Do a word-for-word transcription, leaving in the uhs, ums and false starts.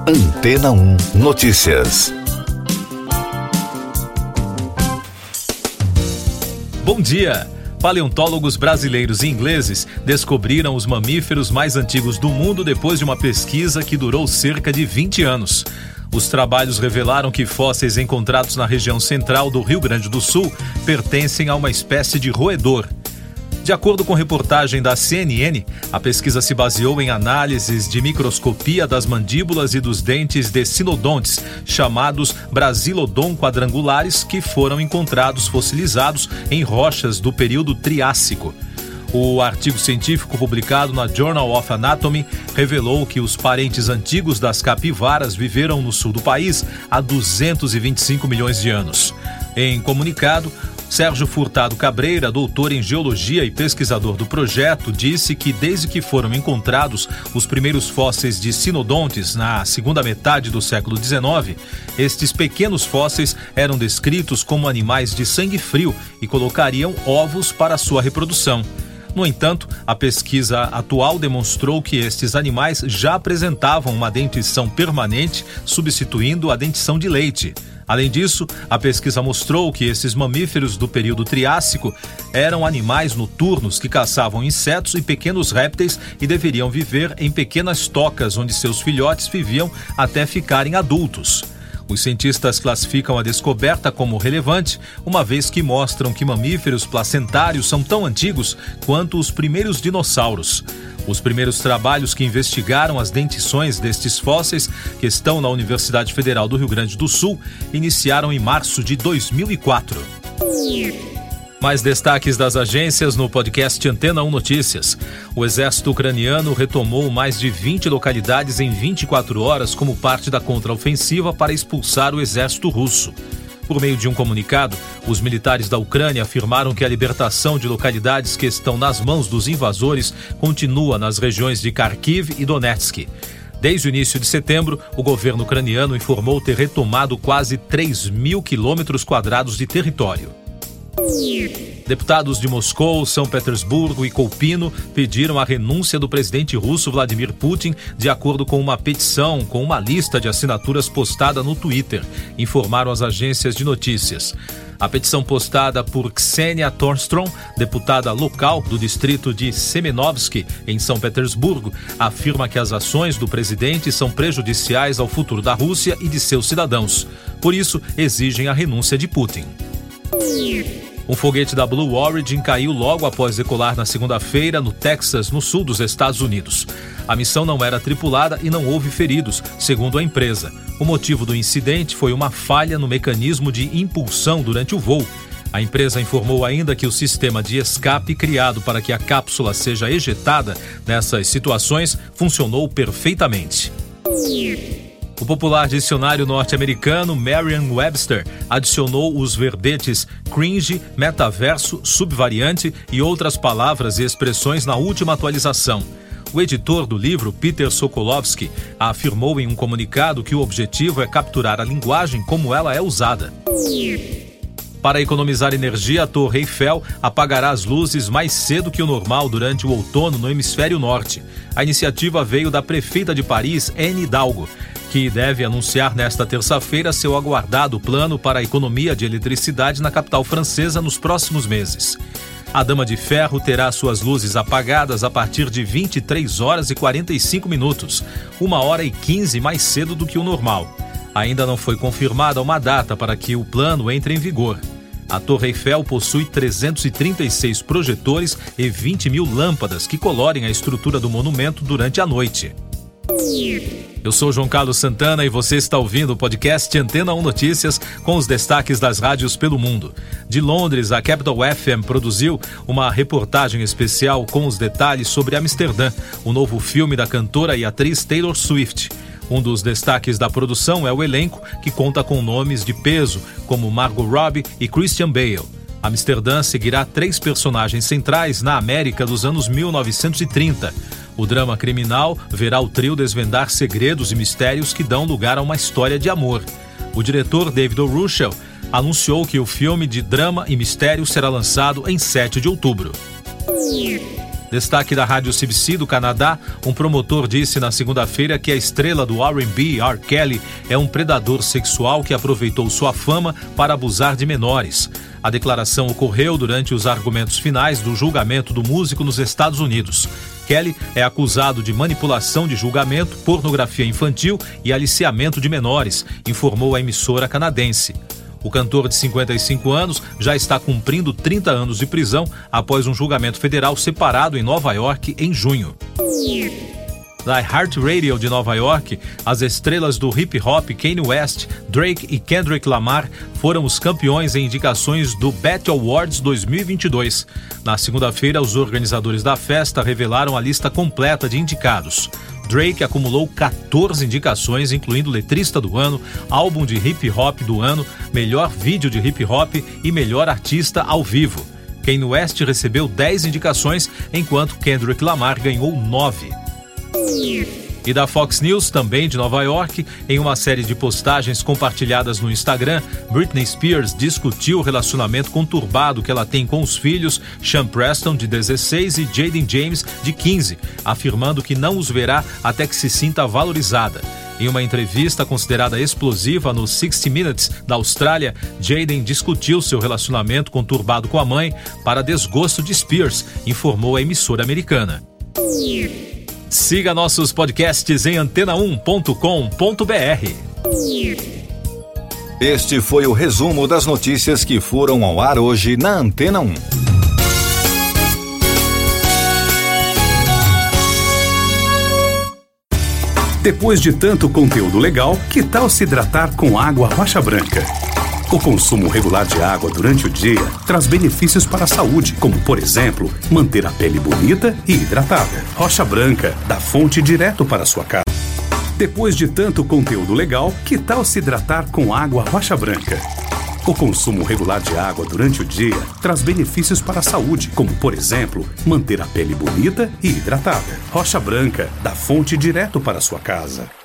Antena um Notícias. Bom dia! Paleontólogos brasileiros e ingleses descobriram os mamíferos mais antigos do mundo depois de uma pesquisa que durou cerca de vinte anos. Os trabalhos revelaram que fósseis encontrados na região central do Rio Grande do Sul pertencem a uma espécie de roedor. De acordo com reportagem da C N N, a pesquisa se baseou em análises de microscopia das mandíbulas e dos dentes de sinodontes, chamados Brasilodon quadrangulares, que foram encontrados fossilizados em rochas do período Triássico. O artigo científico publicado na Journal of Anatomy revelou que os parentes antigos das capivaras viveram no sul do país há duzentos e vinte e cinco milhões de anos. Em comunicado, Sérgio Furtado Cabreira, doutor em geologia e pesquisador do projeto, disse que desde que foram encontrados os primeiros fósseis de sinodontes na segunda metade do século dezenove, estes pequenos fósseis eram descritos como animais de sangue frio e colocariam ovos para sua reprodução. No entanto, a pesquisa atual demonstrou que estes animais já apresentavam uma dentição permanente, substituindo a dentição de leite. Além disso, a pesquisa mostrou que esses mamíferos do período Triássico eram animais noturnos que caçavam insetos e pequenos répteis e deveriam viver em pequenas tocas onde seus filhotes viviam até ficarem adultos. Os cientistas classificam a descoberta como relevante, uma vez que mostram que mamíferos placentários são tão antigos quanto os primeiros dinossauros. Os primeiros trabalhos que investigaram as dentições destes fósseis, que estão na Universidade Federal do Rio Grande do Sul, iniciaram em março de dois mil e quatro. Mais destaques das agências no podcast Antena um Notícias. O exército ucraniano retomou mais de vinte localidades em vinte e quatro horas como parte da contraofensiva para expulsar o exército russo. Por meio de um comunicado, os militares da Ucrânia afirmaram que a libertação de localidades que estão nas mãos dos invasores continua nas regiões de Kharkiv e Donetsk. Desde o início de setembro, o governo ucraniano informou ter retomado quase três mil quilômetros quadrados de território. Deputados de Moscou, São Petersburgo e Colpino pediram a renúncia do presidente russo Vladimir Putin, de acordo com uma petição com uma lista de assinaturas postada no Twitter, informaram as agências de notícias. A petição postada por Ksenia Thornstrom, deputada local do distrito de Semenovsky, em São Petersburgo, afirma que as ações do presidente são prejudiciais ao futuro da Rússia e de seus cidadãos. Por isso, exigem a renúncia de Putin. Um foguete da Blue Origin caiu logo após decolar na segunda-feira no Texas, no sul dos Estados Unidos. A missão não era tripulada e não houve feridos, segundo a empresa. O motivo do incidente foi uma falha no mecanismo de impulsão durante o voo. A empresa informou ainda que o sistema de escape criado para que a cápsula seja ejetada nessas situações funcionou perfeitamente. O popular dicionário norte-americano Merriam-Webster adicionou os verbetes cringe, metaverso, subvariante e outras palavras e expressões na última atualização. O editor do livro, Peter Sokolowski, afirmou em um comunicado que o objetivo é capturar a linguagem como ela é usada. Para economizar energia, a Torre Eiffel apagará as luzes mais cedo que o normal durante o outono no hemisfério norte. A iniciativa veio da prefeita de Paris, Anne Hidalgo, que deve anunciar nesta terça-feira seu aguardado plano para a economia de eletricidade na capital francesa nos próximos meses. A Dama de Ferro terá suas luzes apagadas a partir de vinte e três horas e quarenta e cinco minutos, uma hora e quinze mais cedo do que o normal. Ainda não foi confirmada uma data para que o plano entre em vigor. A Torre Eiffel possui trezentos e trinta e seis projetores e vinte mil lâmpadas que colorem a estrutura do monumento durante a noite. Eu sou João Carlos Santana e você está ouvindo o podcast Antena um Notícias com os destaques das rádios pelo mundo. De Londres, a Capital F M produziu uma reportagem especial com os detalhes sobre Amsterdã, o novo filme da cantora e atriz Taylor Swift. Um dos destaques da produção é o elenco, que conta com nomes de peso, como Margot Robbie e Christian Bale. Amsterdã seguirá três personagens centrais na América dos anos mil novecentos e trinta. O drama criminal verá o trio desvendar segredos e mistérios que dão lugar a uma história de amor. O diretor David O. Russell anunciou que o filme de drama e mistério será lançado em sete de outubro. Destaque da Rádio C B C do Canadá, um promotor disse na segunda-feira que a estrela do R and B, R. Kelly, é um predador sexual que aproveitou sua fama para abusar de menores. A declaração ocorreu durante os argumentos finais do julgamento do músico nos Estados Unidos. Kelly é acusado de manipulação de julgamento, pornografia infantil e aliciamento de menores, informou a emissora canadense. O cantor de cinquenta e cinco anos já está cumprindo trinta anos de prisão após um julgamento federal separado em Nova York em junho. Da iHeartRadio de Nova York, as estrelas do hip-hop Kanye West, Drake e Kendrick Lamar foram os campeões em indicações do B E T Awards dois mil e vinte e dois. Na segunda-feira, os organizadores da festa revelaram a lista completa de indicados. Drake acumulou quatorze indicações, incluindo letrista do ano, álbum de hip-hop do ano, melhor vídeo de hip-hop e melhor artista ao vivo. Kanye West recebeu dez indicações, enquanto Kendrick Lamar ganhou nove. E da Fox News, também de Nova York, em uma série de postagens compartilhadas no Instagram, Britney Spears discutiu o relacionamento conturbado que ela tem com os filhos Sean Preston, de dezesseis, e Jaden James, de quinze, afirmando que não os verá até que se sinta valorizada. Em uma entrevista considerada explosiva no sixty minutes da Austrália, Jaden discutiu seu relacionamento conturbado com a mãe para desgosto de Spears, informou a emissora americana. Siga nossos podcasts em antena um ponto com ponto b r. Este foi o resumo das notícias que foram ao ar hoje na Antena um. Depois de tanto conteúdo legal, que tal se hidratar com água rocha branca? O consumo regular de água durante o dia traz benefícios para a saúde, como, por exemplo, manter a pele bonita e hidratada. Rocha Branca, da fonte direto para a sua casa. Depois de tanto conteúdo legal, que tal se hidratar com água rocha branca? O consumo regular de água durante o dia traz benefícios para a saúde, como, por exemplo, manter a pele bonita e hidratada. Rocha Branca, da fonte direto para a sua casa.